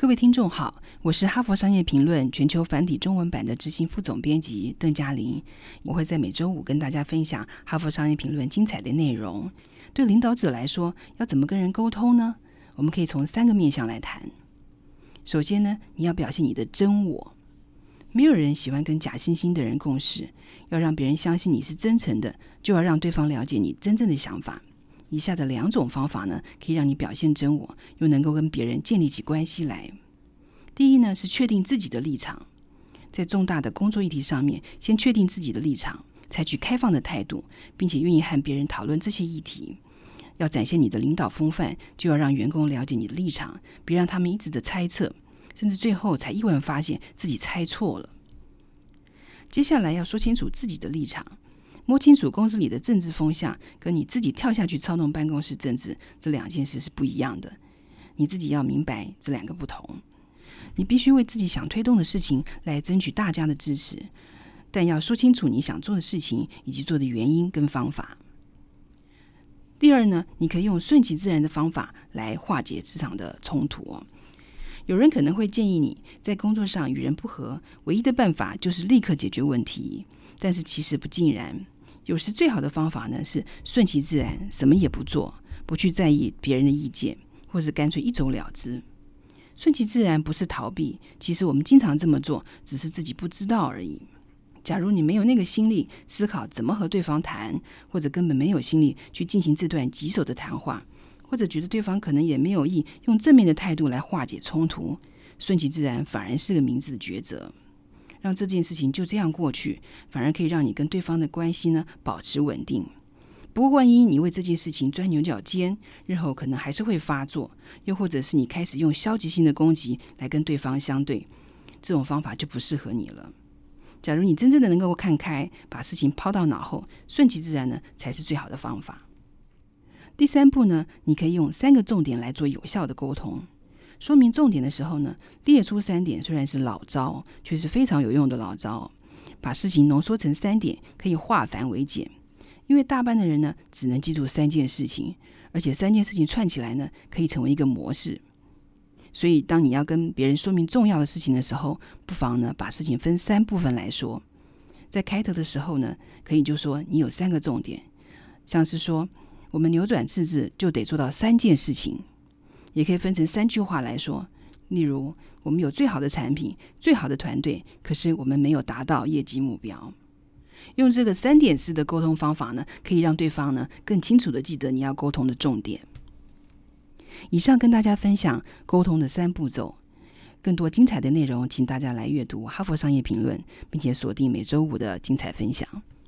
位听众好，我是哈佛商业评论全球繁体中文版的执行副总编辑邓嘉玲。我会在每周五跟大家分享哈佛商业评论精彩的内容。对领导者来说，要怎么跟人沟通呢？我们可以从3个面向来谈。首先呢，你要表现你的真我。没有人喜欢跟假惺惺的人共事，要让别人相信你是真诚的，就要让对方了解你真正的想法。以下的2种方法呢，可以让你表现真我，又能够跟别人建立起关系来。第一呢，是确定自己的立场。在重大的工作议题上面，先确定自己的立场，采取开放的态度，并且愿意和别人讨论这些议题。要展现你的领导风范，就要让员工了解你的立场，别让他们一直的猜测，甚至最后才意外发现自己猜错了。接下来要说清楚自己的立场，摸清楚公司里的政治风向，跟你自己跳下去操弄办公室政治，这2件事是不一样的。你自己要明白这2个不同。你必须为自己想推动的事情来争取大家的支持，但要说清楚你想做的事情以及做的原因跟方法。第二呢，你可以用顺其自然的方法来化解职场的冲突。有人可能会建议你在工作上与人不合，唯一的办法就是立刻解决问题，但是其实不尽然。有时最好的方法呢是顺其自然，什么也不做，不去在意别人的意见，或是干脆一走了之。顺其自然不是逃避，其实我们经常这么做，只是自己不知道而已。假如你没有那个心力思考怎么和对方谈，或者根本没有心力去进行这段棘手的谈话，或者觉得对方可能也没有意用正面的态度来化解冲突，顺其自然反而是个明智的抉择。让这件事情就这样过去，反而可以让你跟对方的关系呢保持稳定。不过万一你为这件事情钻牛角尖，日后可能还是会发作，又或者是你开始用消极性的攻击来跟对方相对，这种方法就不适合你了。假如你真正的能够看开，把事情抛到脑后，顺其自然呢才是最好的方法。第3步呢，你可以用3个重点来做有效的沟通。说明重点的时候呢，列出3点虽然是老招，却是非常有用的老招。把事情浓缩成3点，可以化繁为简。因为大半的人呢，只能记住3件事情，而且3件事情串起来呢，可以成为一个模式。所以当你要跟别人说明重要的事情的时候，不妨呢把事情分3部分来说。在开头的时候呢，可以就说你有3个重点，像是说我们扭转赤字就得做到3件事情，也可以分成3句话来说。例如，我们有最好的产品，最好的团队，可是我们没有达到业绩目标。用这个3点式的沟通方法呢，可以让对方呢更清楚地记得你要沟通的重点。以上跟大家分享沟通的3步骤。更多精彩的内容，请大家来阅读《哈佛商业评论》，并且锁定每周5的精彩分享。